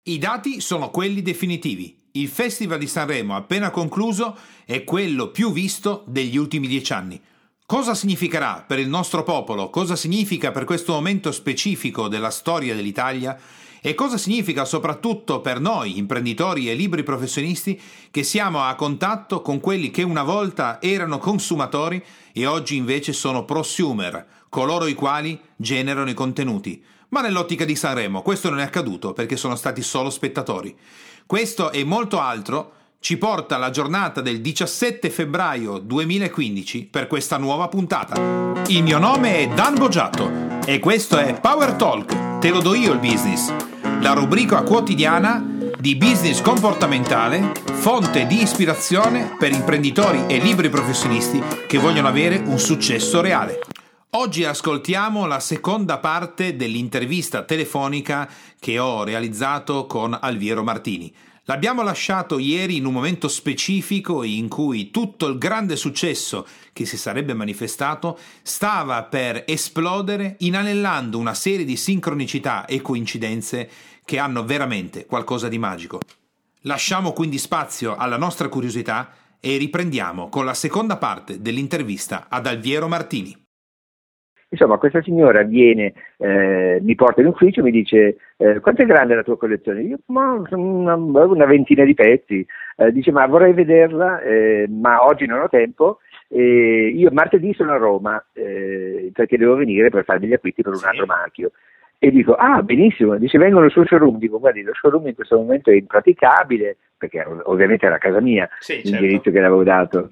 I dati sono quelli definitivi. Il Festival di Sanremo appena concluso è quello più visto degli ultimi 10 anni. Cosa significherà per il nostro popolo? Cosa significa per questo momento specifico della storia dell'Italia? E cosa significa soprattutto per noi, imprenditori e liberi professionisti, che siamo a contatto con quelli che una volta erano consumatori e oggi invece sono prosumer, coloro i quali generano i contenuti? Ma nell'ottica di Sanremo questo non è accaduto perché sono stati solo spettatori. Questo e molto altro ci porta alla giornata del 17 febbraio 2015 per questa nuova puntata. Il mio nome è Dan Boggiato e questo è Power Talk, te lo do io il business, la rubrica quotidiana di business comportamentale, fonte di ispirazione per imprenditori e liberi professionisti che vogliono avere un successo reale. Oggi ascoltiamo la seconda parte dell'intervista telefonica che ho realizzato con Alviero Martini. L'abbiamo lasciato ieri in un momento specifico in cui tutto il grande successo che si sarebbe manifestato stava per esplodere, inanellando una serie di sincronicità e coincidenze che hanno veramente qualcosa di magico. Lasciamo quindi spazio alla nostra curiosità e riprendiamo con la seconda parte dell'intervista ad Alviero Martini. Insomma, questa signora viene, mi porta in ufficio e mi dice quanto è grande la tua collezione? Io, ma una ventina di pezzi. Dice, ma vorrei vederla, ma oggi non ho tempo. Io martedì sono a Roma perché devo venire per fare degli acquisti per un altro marchio. E dico, benissimo, dice vengo nel suo showroom, dico guardi lo showroom in questo momento è impraticabile, perché ovviamente era a casa mia, l'indirizzo che l'avevo dato.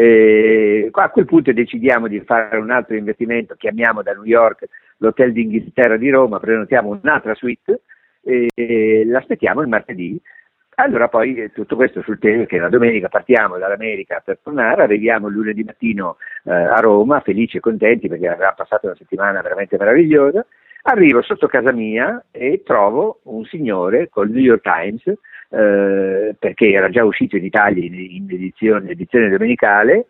A quel punto decidiamo di fare un altro investimento, chiamiamo da New York l'Hotel d'Inghilterra di Roma, prenotiamo un'altra suite e l'aspettiamo il martedì. Allora poi tutto questo sul tema che la domenica partiamo dall'America per tornare, arriviamo il lunedì mattino a Roma, felici e contenti perché aveva passato una settimana veramente meravigliosa. Arrivo sotto casa mia e trovo un signore col New York Times, perché era già uscito in Italia in edizione domenicale,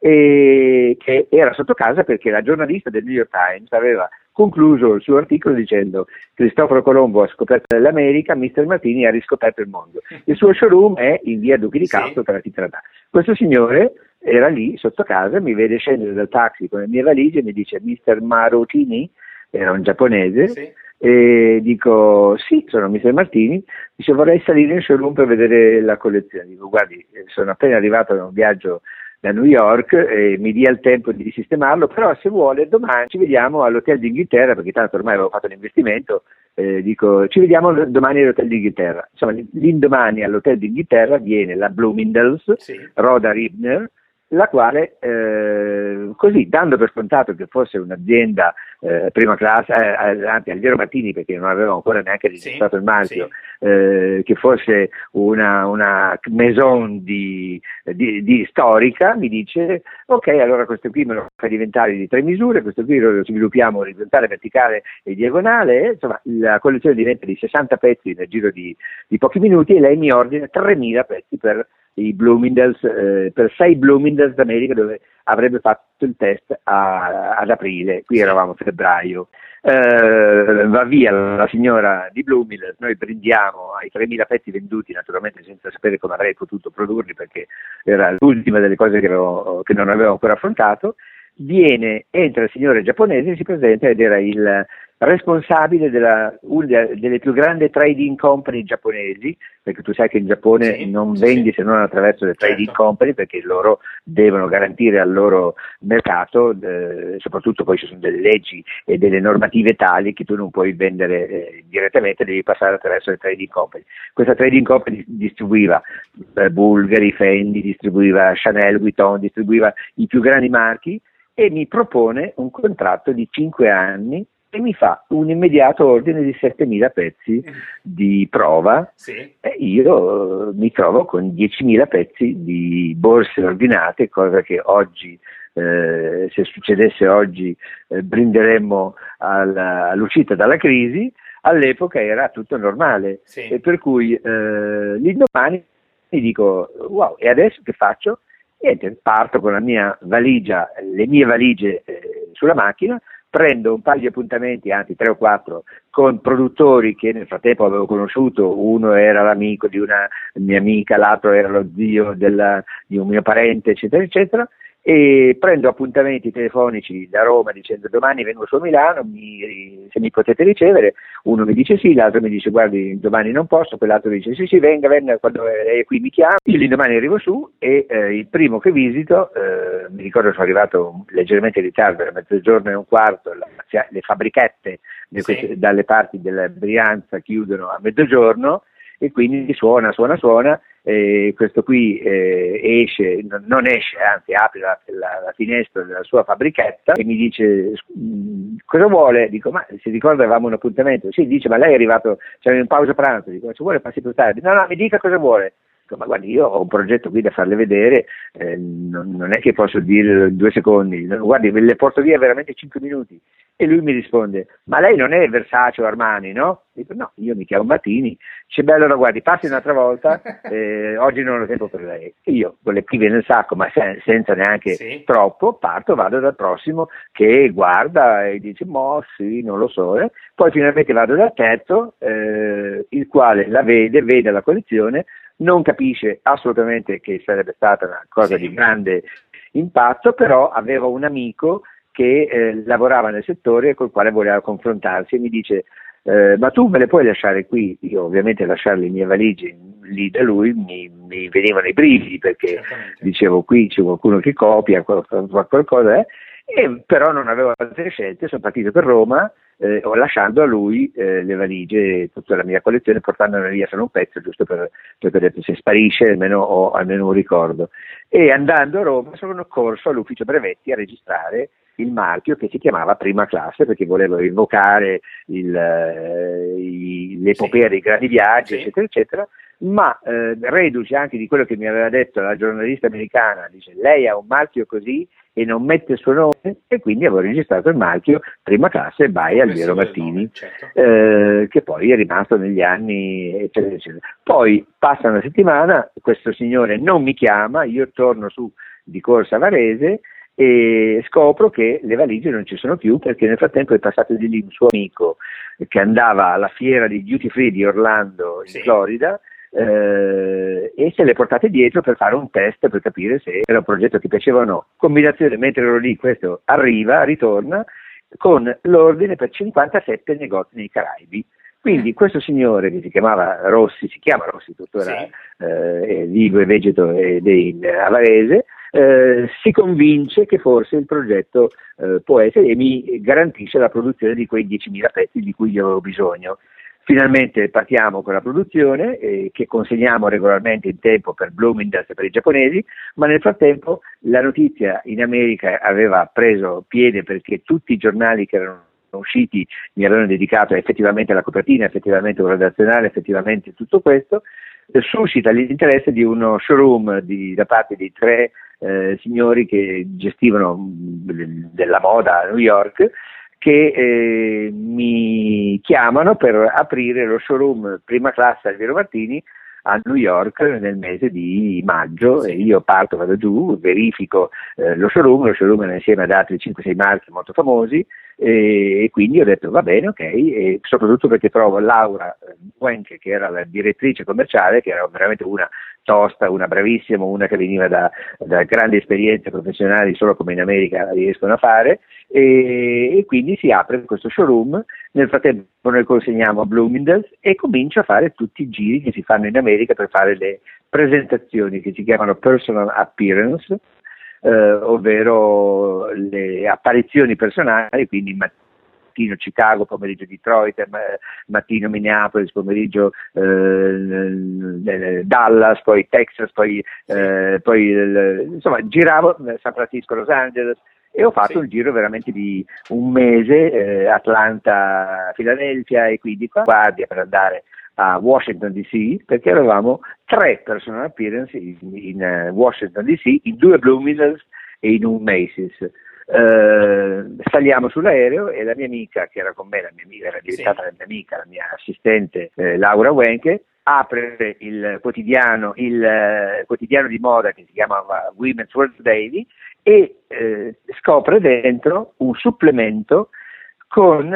e che era sotto casa perché la giornalista del New York Times aveva concluso il suo articolo dicendo Cristoforo Colombo ha scoperto l'America, Mr. Martini ha riscoperto il mondo. Il suo showroom è in via Duchi di Castro, per la Titradà. Questo signore era lì sotto casa, mi vede scendere dal taxi con le mie valigie e mi dice Mr. Marotini, era un giapponese, e dico sì, sono Mr. Martini, dice vorrei salire in showroom per vedere la collezione. Dico guardi, sono appena arrivato da un viaggio da New York e mi dia il tempo di sistemarlo, però se vuole domani ci vediamo all'Hotel d'Inghilterra, perché tanto ormai avevo fatto l'investimento, dico ci vediamo domani all'Hotel d'Inghilterra. Insomma, l'indomani all'Hotel d'Inghilterra viene la Bloomingdale's, Rhoda Ribner, la quale, così, dando per scontato che fosse un'azienda prima classe, anzi Alviero Martini, perché non avevo ancora neanche registrato il marchio, che fosse una maison di storica, mi dice, ok, allora questo qui me lo fa diventare di 3 misure, questo qui lo sviluppiamo orizzontale, verticale e diagonale, insomma la collezione diventa di 60 pezzi nel giro di pochi minuti e lei mi ordina 3.000 pezzi per i Bloomingdale's, per 6 Bloomingdale's d'America dove avrebbe fatto il test ad aprile, qui eravamo a febbraio. Va via la signora di Bloomingdale's, noi prendiamo ai 3.000 pezzi venduti, naturalmente senza sapere come avrei potuto produrli perché era l'ultima delle cose che non avevo ancora affrontato. Entra il signore giapponese, si presenta ed era il responsabile una delle più grandi trading company giapponesi, perché tu sai che in Giappone non vendi se non attraverso le trading company, perché loro devono garantire al loro mercato, soprattutto poi ci sono delle leggi e delle normative tali che tu non puoi vendere direttamente, devi passare attraverso le trading company. Questa trading company distribuiva Bulgari, Fendi, distribuiva Chanel, Vuitton, distribuiva i più grandi marchi e mi propone un contratto di 5 anni e mi fa un immediato ordine di 7.000 pezzi di prova e io mi trovo con 10.000 pezzi di borse ordinate, cosa che oggi, se succedesse oggi, brinderemmo all'uscita dalla crisi. All'epoca era tutto normale e per cui l'indomani mi dico wow, e adesso che faccio? E parto con la mia valigia, le mie valigie sulla macchina, prendo un paio di appuntamenti, anzi 3 o 4, con produttori che nel frattempo avevo conosciuto. Uno era l'amico di una mia amica, l'altro era lo zio di un mio parente, eccetera, eccetera, e prendo appuntamenti telefonici da Roma dicendo domani vengo su a Milano, se mi potete ricevere. Uno mi dice sì, l'altro mi dice guardi domani non posso, quell'altro dice sì venga quando lei è qui mi chiama. Io l'indomani arrivo su e il primo che visito, mi ricordo sono arrivato leggermente in ritardo, era mezzogiorno e un quarto, le fabbrichette dalle parti della Brianza chiudono a mezzogiorno, e quindi suona, e questo qui esce, non esce, anzi apre la finestra della sua fabbrichetta e mi dice cosa vuole? Dico ma si ricorda avevamo un appuntamento? Sì, dice ma lei è arrivato, c'era in pausa pranzo. Dico ma ci vuole passi più tardi? No, mi dica cosa vuole. Dico, ma guardi, io ho un progetto qui da farle vedere, non è che posso dire in 2 secondi, guardi ve le porto via veramente 5 minuti. E lui mi risponde ma lei non è Versace o Armani, no? Dico no, io mi chiamo Martini. Dice beh allora guardi passi un'altra volta, oggi non ho tempo per lei. E io con le pive nel sacco ma senza neanche troppo parto, vado dal prossimo che guarda e dice mo sì non lo so, poi finalmente vado dal terzo, il quale la vede la collezione, non capisce assolutamente che sarebbe stata una cosa di grande impatto, però aveva un amico che lavorava nel settore e col quale voleva confrontarsi e mi dice ma tu me le puoi lasciare qui? Io ovviamente lasciare le mie valigie lì da lui mi venivano i brividi, perché dicevo qui c'è qualcuno che copia qualcosa, e però non avevo altre scelte, sono partito per Roma, lasciando a lui le valigie, tutta la mia collezione, portandone via solo un pezzo, giusto per vedere se sparisce almeno ho almeno un ricordo. E andando a Roma sono corso all'ufficio brevetti a registrare il marchio che si chiamava Prima Classe, perché volevo invocare l'epopea dei grandi viaggi, eccetera, eccetera, ma reduce anche di quello che mi aveva detto la giornalista americana, dice lei ha un marchio così e non mette il suo nome, e quindi avevo registrato il marchio Prima Classe by Alviero Martini, che poi è rimasto negli anni, eccetera, eccetera. Poi passa una settimana, questo signore non mi chiama, io torno su di Corsa Varese e scopro che le valigie non ci sono più, perché nel frattempo è passato di lì un suo amico che andava alla fiera di Duty Free di Orlando in Florida, e se le portate dietro per fare un test per capire se era un progetto che piaceva o no. Combinazione, mentre ero lì, questo ritorna con l'ordine per 57 negozi nei Caraibi. Quindi questo signore che si chiama Rossi tuttora, vivo e vegeto a Varese, si convince che forse il progetto può essere, e mi garantisce la produzione di quei 10.000 pezzi di cui io avevo bisogno. Finalmente partiamo con la produzione, che consegniamo regolarmente in tempo per Bloomingdale's e per i giapponesi, ma nel frattempo la notizia in America aveva preso piede, perché tutti i giornali che erano usciti mi avevano dedicato effettivamente alla copertina, effettivamente un redazionale, effettivamente tutto questo. Suscita l'interesse di uno showroom da parte di 3 signori che gestivano della moda a New York, che mi chiamano per aprire lo showroom Prima Classe Alviero Martini a New York nel mese di maggio, e io parto, vado giù, verifico lo showroom è insieme ad altri 5-6 marchi molto famosi, e quindi ho detto va bene, ok, e soprattutto perché trovo Laura Wenke, che era la direttrice commerciale, che era veramente una tosta, una bravissima, una che veniva da grandi esperienze professionali, solo come in America riescono a fare, e quindi si apre questo showroom. Nel frattempo noi consegniamo a Bloomingdale's e comincio a fare tutti i giri che si fanno in America per fare le presentazioni che si chiamano personal appearance, ovvero le apparizioni personali, quindi mattino Chicago, pomeriggio Detroit, mattino Minneapolis, pomeriggio Dallas, poi Texas, poi insomma giravo San Francisco, Los Angeles, e ho fatto un giro veramente di un mese, Atlanta, Philadelphia e quindi qua Guardia, per andare a Washington DC, perché avevamo 3 personal appearance in Washington DC, in 2 Bloomingdale's e in un Macy's. Saliamo sull'aereo e la mia amica, che era con me, era diventata la mia amica, la mia assistente, Laura Wenke, apre il quotidiano di moda che si chiamava Women's World Daily, e scopre dentro un supplemento con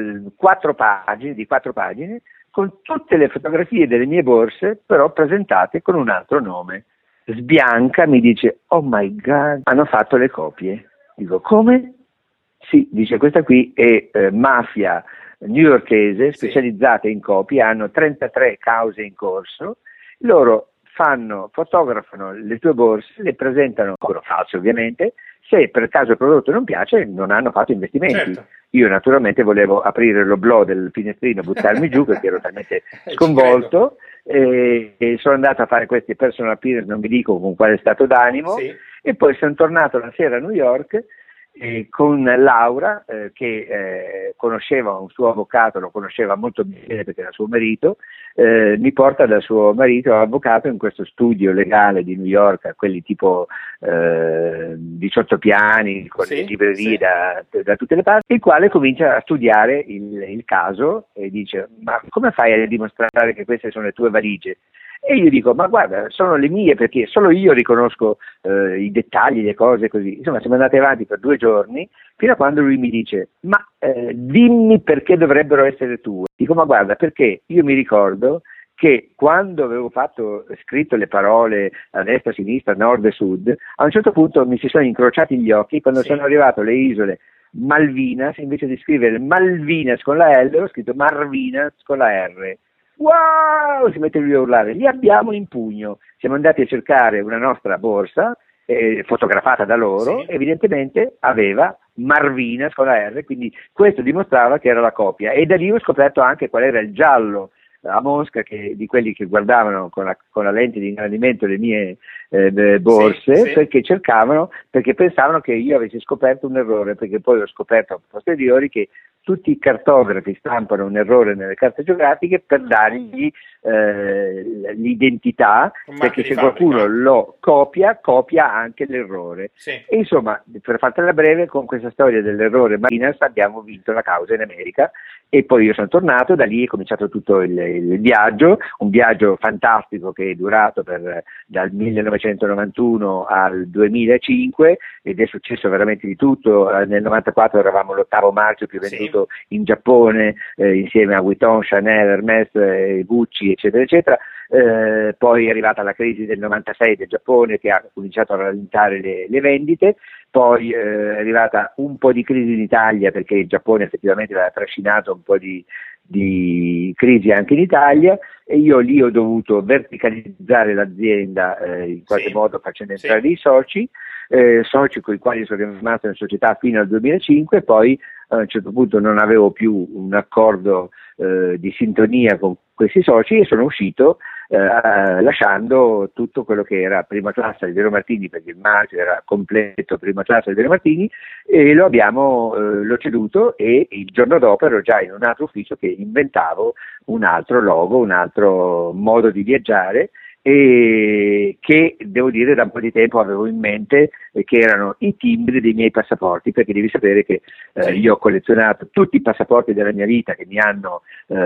4 pagine, con tutte le fotografie delle mie borse, però presentate con un altro nome. Sbianca, mi dice, oh my God, hanno fatto le copie. Dico, come? Sì, dice, questa qui è mafia newyorkese, specializzata in copie, hanno 33 cause in corso, loro fotografano le tue borse, le presentano, ancora false ovviamente, se per caso il prodotto non piace non hanno fatto investimenti. Certo. Io naturalmente volevo aprire l'oblò del finestrino, buttarmi giù perché ero talmente sconvolto e sono andato a fare questi personal appearance, non vi dico con quale stato d'animo, e poi sono tornato la sera a New York con Laura che conosceva un suo avvocato, lo conosceva molto bene perché era suo marito, mi porta dal suo marito avvocato in questo studio legale di New York, quelli tipo 18 piani con le librerie da tutte le parti, il quale comincia a studiare il caso e dice, ma come fai a dimostrare che queste sono le tue valigie? E io dico, ma guarda, sono le mie perché solo io riconosco i dettagli, le cose così. Insomma, siamo andati avanti per 2 giorni, fino a quando lui mi dice, ma dimmi perché dovrebbero essere tue. Dico, ma guarda, perché io mi ricordo che quando avevo scritto le parole a destra, a sinistra, a nord e sud, a un certo punto mi si sono incrociati gli occhi quando sono arrivato alle isole Malvinas, invece di scrivere Malvinas con la L, ho scritto Marvinas con la R. Wow! Si mette lui a urlare, li abbiamo in pugno. Siamo andati a cercare una nostra borsa fotografata da loro, evidentemente aveva Marvinas con la R, quindi questo dimostrava che era la copia, e da lì ho scoperto anche qual era il giallo a Mosca di quelli che guardavano con la lente di ingrandimento le mie borse, perché pensavano che io avessi scoperto un errore, perché poi ho scoperto a posteriori che tutti i cartografi stampano un errore nelle carte geografiche per dargli l'identità, perché se qualcuno lo copia anche l'errore. E insomma, per fartela breve, con questa storia dell'errore Marinas abbiamo vinto la causa in America, e poi io sono tornato, da lì è cominciato tutto il viaggio, un viaggio fantastico che è durato dal 1991 al 2005, ed è successo veramente di tutto. Nel 94 eravamo l'8º marchio più venduto in Giappone, insieme a Vuitton, Chanel, Hermès, Gucci, eccetera, eccetera. Poi è arrivata la crisi del 96 del Giappone, che ha cominciato a rallentare le vendite, poi è arrivata un po' di crisi in Italia, perché il Giappone effettivamente aveva trascinato un po' di crisi anche in Italia, e io lì ho dovuto verticalizzare l'azienda in qualche modo, facendo entrare dei soci con i quali sono rimasto in società fino al 2005, poi a un certo punto non avevo più un accordo di sintonia con questi soci e sono uscito lasciando tutto quello che era prima classe Alvero Martini, perché il marchio era completo prima classe Alvero Martini, e l'ho ceduto, e il giorno dopo ero già in un altro ufficio che inventavo un altro logo, un altro modo di viaggiare, e che devo dire da un po' di tempo avevo in mente, che erano i timbri dei miei passaporti, perché devi sapere che io ho collezionato tutti i passaporti della mia vita che mi hanno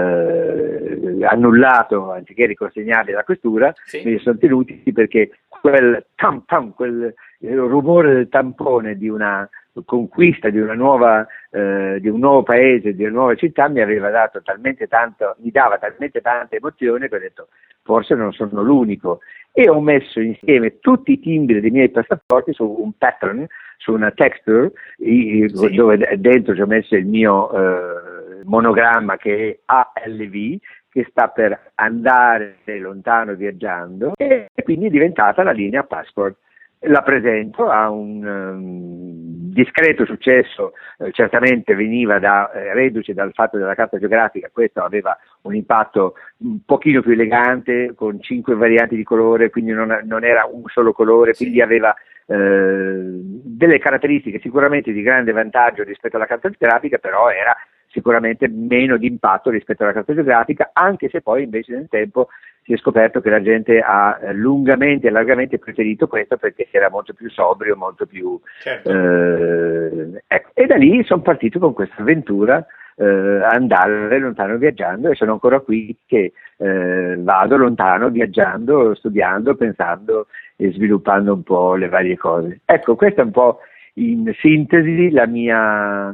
annullato anziché riconsegnarli alla questura, me li sono tenuti perché quel tam tam, quel rumore del tampone di una conquista di un nuovo paese, di una nuova città, mi dava talmente tanta emozione che ho detto forse non sono l'unico, e ho messo insieme tutti i timbri dei miei passaporti su un pattern, su una texture, dove dentro ci ho messo il mio monogramma, che è ALV, che sta per andare lontano viaggiando, e quindi è diventata la linea Passport. La presento, ha un discreto successo, certamente veniva reduce dal fatto della carta geografica. Questo aveva un impatto un pochino più elegante, con 5 varianti di colore, quindi non era un solo colore, quindi aveva delle caratteristiche sicuramente di grande vantaggio rispetto alla carta geografica, però era sicuramente meno di impatto rispetto alla carta geografica, anche se poi invece nel tempo si è scoperto che la gente ha lungamente e largamente preferito questo, perché era molto più sobrio, molto più ecco. E da lì sono partito con questa avventura, andare lontano viaggiando, e sono ancora qui che vado lontano viaggiando, studiando, pensando e sviluppando un po' le varie cose. Ecco, questa è un po' in sintesi la mia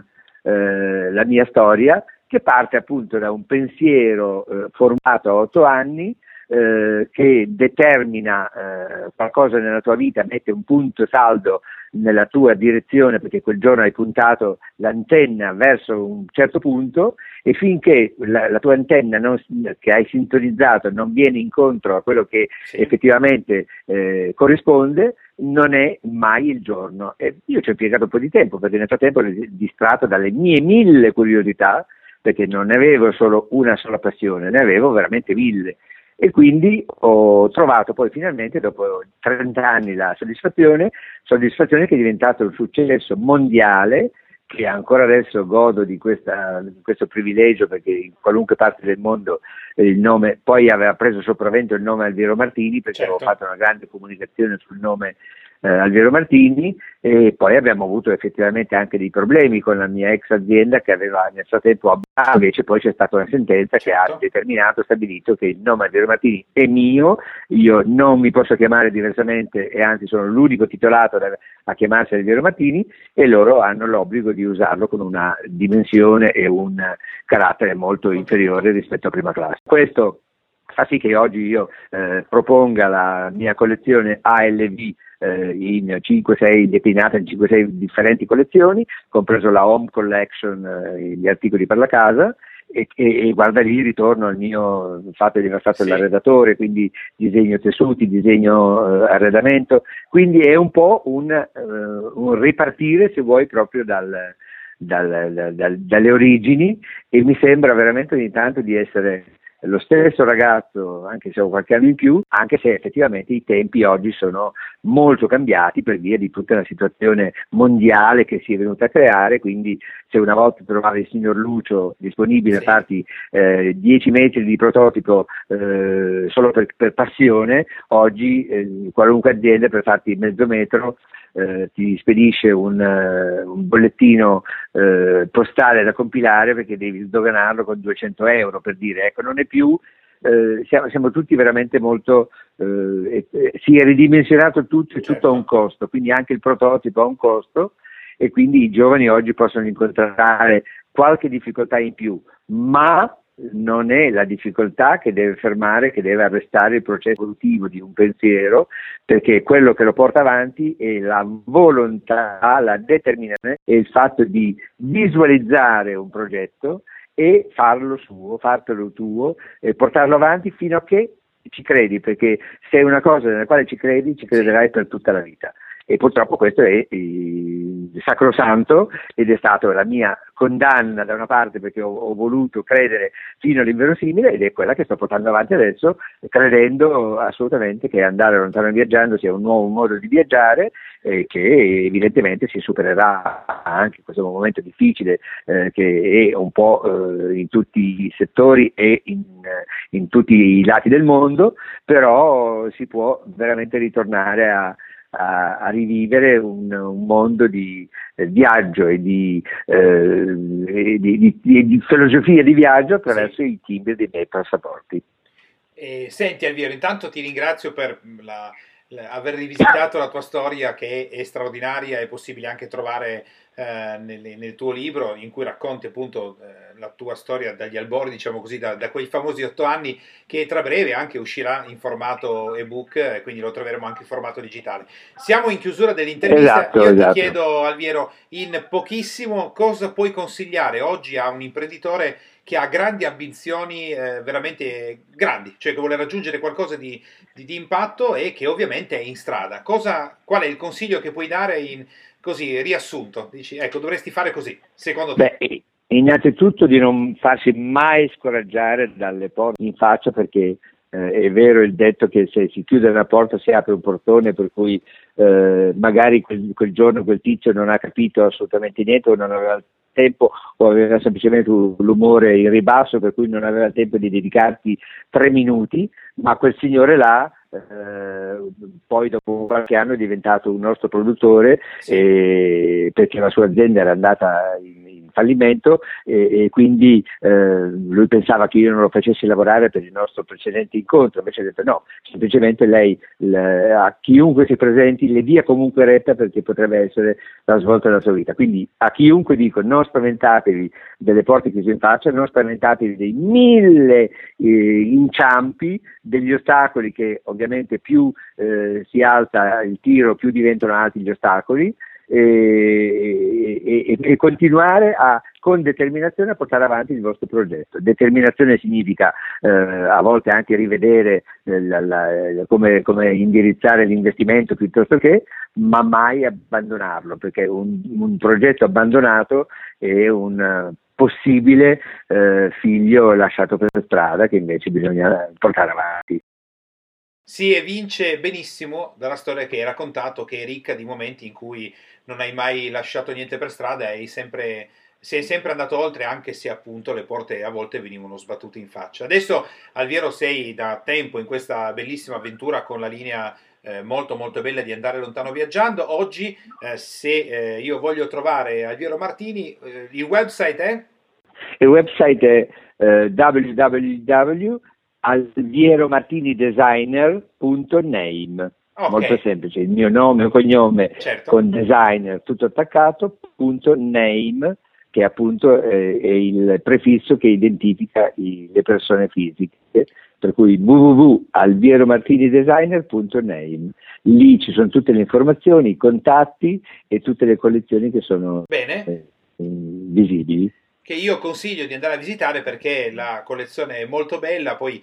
la mia storia, che parte appunto da un pensiero formato a 8 anni, che determina qualcosa nella tua vita, mette un punto saldo nella tua direzione, perché quel giorno hai puntato l'antenna verso un certo punto, e finché la tua antenna che hai sintonizzato non viene incontro a quello che effettivamente corrisponde, non è mai il giorno. E io ci ho impiegato un po' di tempo, perché nel frattempo ero distratto dalle mie 1000 curiosità, perché non ne avevo solo una sola passione, ne avevo veramente 1000. E quindi ho trovato poi finalmente, dopo 30 anni, la soddisfazione che è diventato un successo mondiale, che ancora adesso godo di questo privilegio, perché in qualunque parte del mondo il nome, poi aveva preso sopravvento il nome Alviero Martini, perché avevo fatto una grande comunicazione sul nome Alviero Martini, e poi abbiamo avuto effettivamente anche dei problemi con la mia ex azienda, che aveva nel frattempo invece poi c'è stata una sentenza che ha stabilito che il nome Alviero Martini è mio, io non mi posso chiamare diversamente, e anzi sono l'unico titolato a chiamarsi Alviero Martini, e loro hanno l'obbligo di usarlo con una dimensione e un carattere molto inferiore rispetto a prima classe. Questo fa sì che oggi io proponga la mia collezione ALV in 5-6 declinata in 5-6 differenti collezioni, compreso la Home Collection, gli articoli per la casa, e guarda, lì ritorno al mio fatto di aver fatto l'arredatore, quindi disegno tessuti, disegno arredamento, quindi è un po' un ripartire, se vuoi, proprio dalle origini, e mi sembra veramente ogni tanto di essere lo stesso ragazzo, anche se ho qualche anno in più, anche se effettivamente i tempi oggi sono molto cambiati per via di tutta la situazione mondiale che si è venuta a creare. Quindi se una volta trovavi il signor Lucio disponibile a farti 10 metri di prototipo solo per passione, oggi qualunque azienda per farti mezzo metro ti spedisce un bollettino postale da compilare, perché devi sdoganarlo con 200 euro, per dire. Ecco, non è più, siamo tutti veramente molto, si è ridimensionato tutto, e tutto ha un costo, quindi anche il prototipo ha un costo, e quindi i giovani oggi possono incontrare qualche difficoltà in più, ma non è la difficoltà che deve fermare, che deve arrestare il processo evolutivo di un pensiero, perché quello che lo porta avanti è la volontà, la determinazione e il fatto di visualizzare un progetto e farlo suo, fartelo tuo, e portarlo avanti fino a che ci credi, perché se è una cosa nella quale ci credi, ci crederai per tutta la vita. E purtroppo questo è sacrosanto, ed è stata la mia condanna da una parte, perché ho voluto credere fino all'inverosimile, ed è quella che sto portando avanti adesso, credendo assolutamente che andare lontano viaggiando sia un nuovo modo di viaggiare, che evidentemente si supererà anche in questo momento difficile, che è un po' in tutti i settori e in tutti i lati del mondo, però si può veramente ritornare a rivivere un mondo di viaggio e di filosofia di viaggio attraverso i timbri dei miei passaporti. Senti Alviero, intanto ti ringrazio per aver rivisitato la tua storia, che è straordinaria, è possibile anche trovare nel tuo libro, in cui racconti appunto la tua storia dagli albori, diciamo così, da quei famosi 8 anni, che tra breve anche uscirà in formato ebook, quindi lo troveremo anche in formato digitale. Siamo in chiusura dell'intervista. Io ti chiedo, Alviero, in pochissimo, cosa puoi consigliare oggi a un imprenditore che ha grandi ambizioni, veramente grandi, cioè che vuole raggiungere qualcosa di impatto e che ovviamente è in strada? Qual è il consiglio che puoi dare così riassunto? Dici, ecco, dovresti fare così, secondo te? Beh, innanzitutto di non farsi mai scoraggiare dalle porte in faccia, perché è vero il detto che se si chiude una porta si apre un portone, per cui magari quel giorno quel tizio non ha capito assolutamente niente, o non aveva tempo, o aveva semplicemente l'umore in ribasso, per cui non aveva il tempo di dedicarti 3 minuti, ma quel signore là poi dopo qualche anno è diventato un nostro produttore, perché la sua azienda era andata in fallimento e quindi lui pensava che io non lo facessi lavorare per il nostro precedente incontro, invece ha detto no, semplicemente lei a chiunque si presenti le dia comunque retta perché potrebbe essere la svolta della sua vita. Quindi a chiunque dico non spaventatevi delle porte chiuse in faccia, non spaventatevi dei 1000 inciampi, degli ostacoli che ovviamente più si alza il tiro più diventano alti gli ostacoli, e continuare con determinazione a portare avanti il vostro progetto. Determinazione significa a volte anche rivedere come indirizzare l'investimento piuttosto che, ma mai abbandonarlo, perché un progetto abbandonato è un possibile figlio lasciato per strada che invece bisogna portare avanti. Si evince benissimo dalla storia che hai raccontato, che è ricca di momenti in cui non hai mai lasciato niente per strada e sei sempre andato oltre, anche se appunto le porte a volte venivano sbattute in faccia. Adesso, Alviero, sei da tempo in questa bellissima avventura con la linea molto molto bella di Andare Lontano Viaggiando. Oggi, se io voglio trovare Alviero Martini, il website è? Il website è www.alvieromartinidesigner.name. Okay. Molto semplice, il mio nome e cognome, certo, con designer tutto attaccato, .name, che appunto è il prefisso che identifica le persone fisiche, per cui www.alvieromartinidesigner.name. Lì ci sono tutte le informazioni, i contatti e tutte le collezioni che sono visibili, che io consiglio di andare a visitare perché la collezione è molto bella. Poi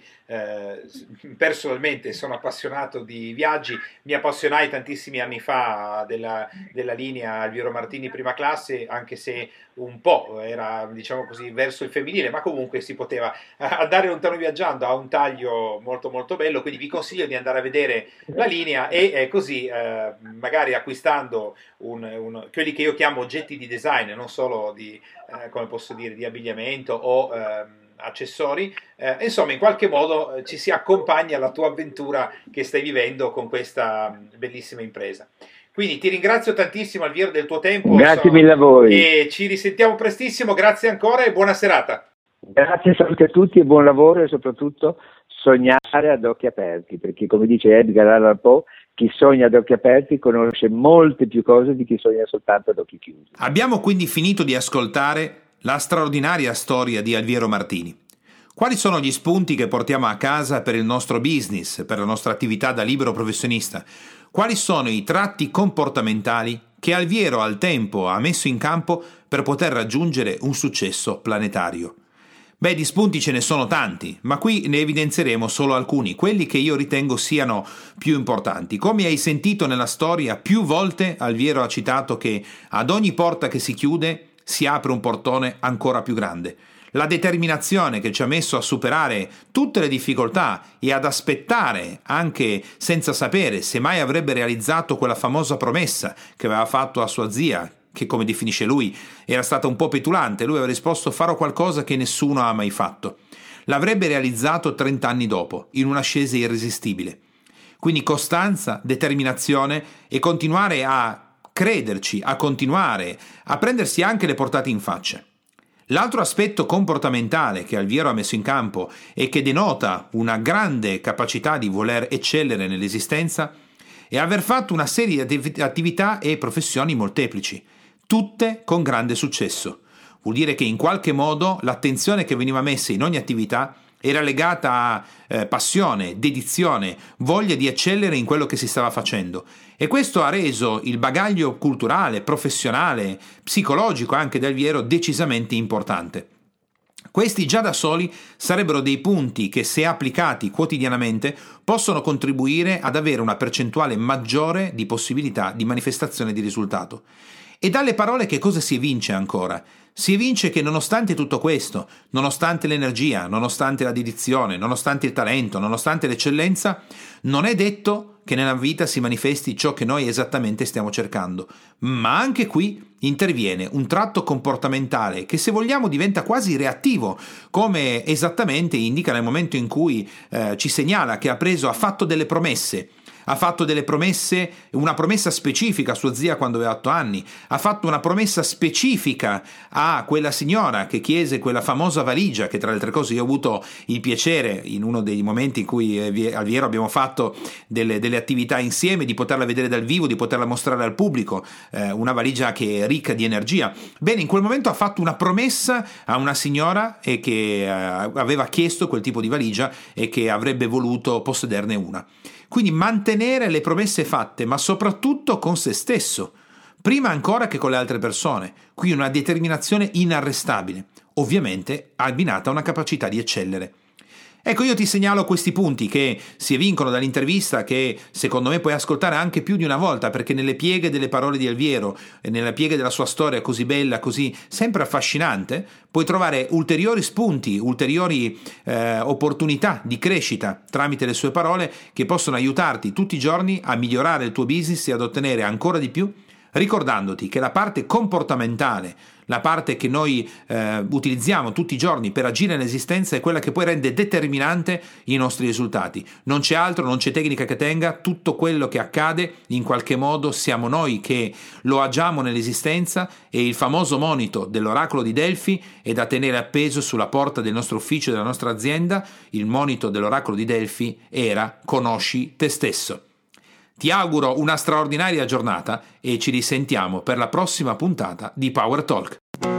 personalmente sono appassionato di viaggi, mi appassionai tantissimi anni fa della linea Alviero Martini prima classe, anche se un po' era, diciamo così, verso il femminile, ma comunque si poteva andare lontano viaggiando, ha un taglio molto molto bello, quindi vi consiglio di andare a vedere la linea e così magari acquistando quelli che io chiamo oggetti di design, non solo di come posso dire, di abbigliamento o accessori, insomma in qualche modo ci si accompagna alla tua avventura che stai vivendo con questa bellissima impresa. Quindi ti ringrazio tantissimo, Alviero, del tuo tempo. Grazie mille a voi. E ci risentiamo prestissimo, grazie ancora e buona serata. Grazie, saluti a tutti e buon lavoro e soprattutto sognare ad occhi aperti, perché come dice Edgar Allan Poe, chi sogna ad occhi aperti conosce molte più cose di chi sogna soltanto ad occhi chiusi. Abbiamo quindi finito di ascoltare la straordinaria storia di Alviero Martini. Quali sono gli spunti che portiamo a casa per il nostro business, per la nostra attività da libero professionista? Quali sono i tratti comportamentali che Alviero al tempo ha messo in campo per poter raggiungere un successo planetario? Beh, di spunti ce ne sono tanti, ma qui ne evidenzieremo solo alcuni, quelli che io ritengo siano più importanti. Come hai sentito nella storia, più volte Alviero ha citato che ad ogni porta che si chiude si apre un portone ancora più grande. La determinazione che ci ha messo a superare tutte le difficoltà e ad aspettare, anche senza sapere se mai avrebbe realizzato quella famosa promessa che aveva fatto a sua zia, che come definisce lui era stata un po' petulante. Lui aveva risposto: farò qualcosa che nessuno ha mai fatto. L'avrebbe realizzato 30 anni dopo, in un'ascesa irresistibile. Quindi costanza, determinazione e continuare a crederci, a continuare a prendersi anche le portate in faccia. L'altro aspetto comportamentale che Alviero ha messo in campo e che denota una grande capacità di voler eccellere nell'esistenza è aver fatto una serie di attività e professioni molteplici, tutte con grande successo. Vuol dire che in qualche modo l'attenzione che veniva messa in ogni attività era legata a passione, dedizione, voglia di eccellere in quello che si stava facendo. E questo ha reso il bagaglio culturale, professionale, psicologico anche di Alviero decisamente importante. Questi già da soli sarebbero dei punti che, se applicati quotidianamente, possono contribuire ad avere una percentuale maggiore di possibilità di manifestazione di risultato. E dalle parole che cosa si evince ancora? Si evince che nonostante tutto questo, nonostante l'energia, nonostante la dedizione, nonostante il talento, nonostante l'eccellenza, non è detto che nella vita si manifesti ciò che noi esattamente stiamo cercando. Ma anche qui interviene un tratto comportamentale che, se vogliamo, diventa quasi reattivo, come esattamente indica nel momento in cui ci segnala che ha fatto delle promesse, ha fatto delle promesse, una promessa specifica a sua zia quando aveva 8 anni, ha fatto una promessa specifica a quella signora che chiese quella famosa valigia, che tra le altre cose io ho avuto il piacere, in uno dei momenti in cui al Viero abbiamo fatto delle attività insieme, di poterla vedere dal vivo, di poterla mostrare al pubblico, una valigia che è ricca di energia. Bene, in quel momento ha fatto una promessa a una signora e che aveva chiesto quel tipo di valigia e che avrebbe voluto possederne una. Quindi mantenere le promesse fatte, ma soprattutto con se stesso, prima ancora che con le altre persone. Qui una determinazione inarrestabile, ovviamente abbinata a una capacità di eccellere. Ecco, io ti segnalo questi punti che si evincono dall'intervista, che secondo me puoi ascoltare anche più di una volta, perché nelle pieghe delle parole di Alviero e nelle pieghe della sua storia così bella, così sempre affascinante, puoi trovare ulteriori spunti, ulteriori opportunità di crescita tramite le sue parole, che possono aiutarti tutti i giorni a migliorare il tuo business e ad ottenere ancora di più, ricordandoti che la parte comportamentale, la parte che noi utilizziamo tutti i giorni per agire nell'esistenza, è quella che poi rende determinante i nostri risultati. Non c'è altro, non c'è tecnica che tenga, tutto quello che accade in qualche modo siamo noi che lo agiamo nell'esistenza, e il famoso monito dell'oracolo di Delfi è da tenere appeso sulla porta del nostro ufficio, della nostra azienda. Il monito dell'oracolo di Delfi era: conosci te stesso. Ti auguro una straordinaria giornata e ci risentiamo per la prossima puntata di Power Talk.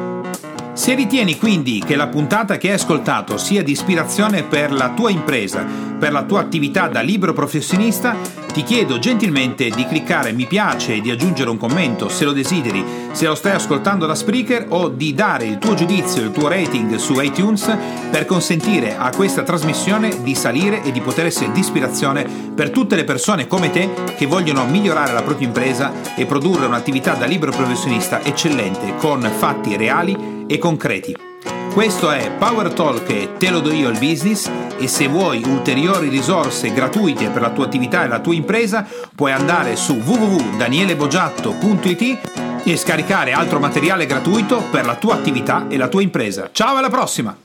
Se ritieni quindi che la puntata che hai ascoltato sia di ispirazione per la tua impresa, per la tua attività da libero professionista, ti chiedo gentilmente di cliccare mi piace e di aggiungere un commento se lo desideri, se lo stai ascoltando da Spreaker, o di dare il tuo giudizio, il tuo rating su iTunes, per consentire a questa trasmissione di salire e di poter essere di ispirazione per tutte le persone come te che vogliono migliorare la propria impresa e produrre un'attività da libero professionista eccellente con fatti reali e concreti. Questo è Power Talk e te lo do io il business, e se vuoi ulteriori risorse gratuite per la tua attività e la tua impresa puoi andare su www.danielebogiatto.it e scaricare altro materiale gratuito per la tua attività e la tua impresa. Ciao, alla prossima!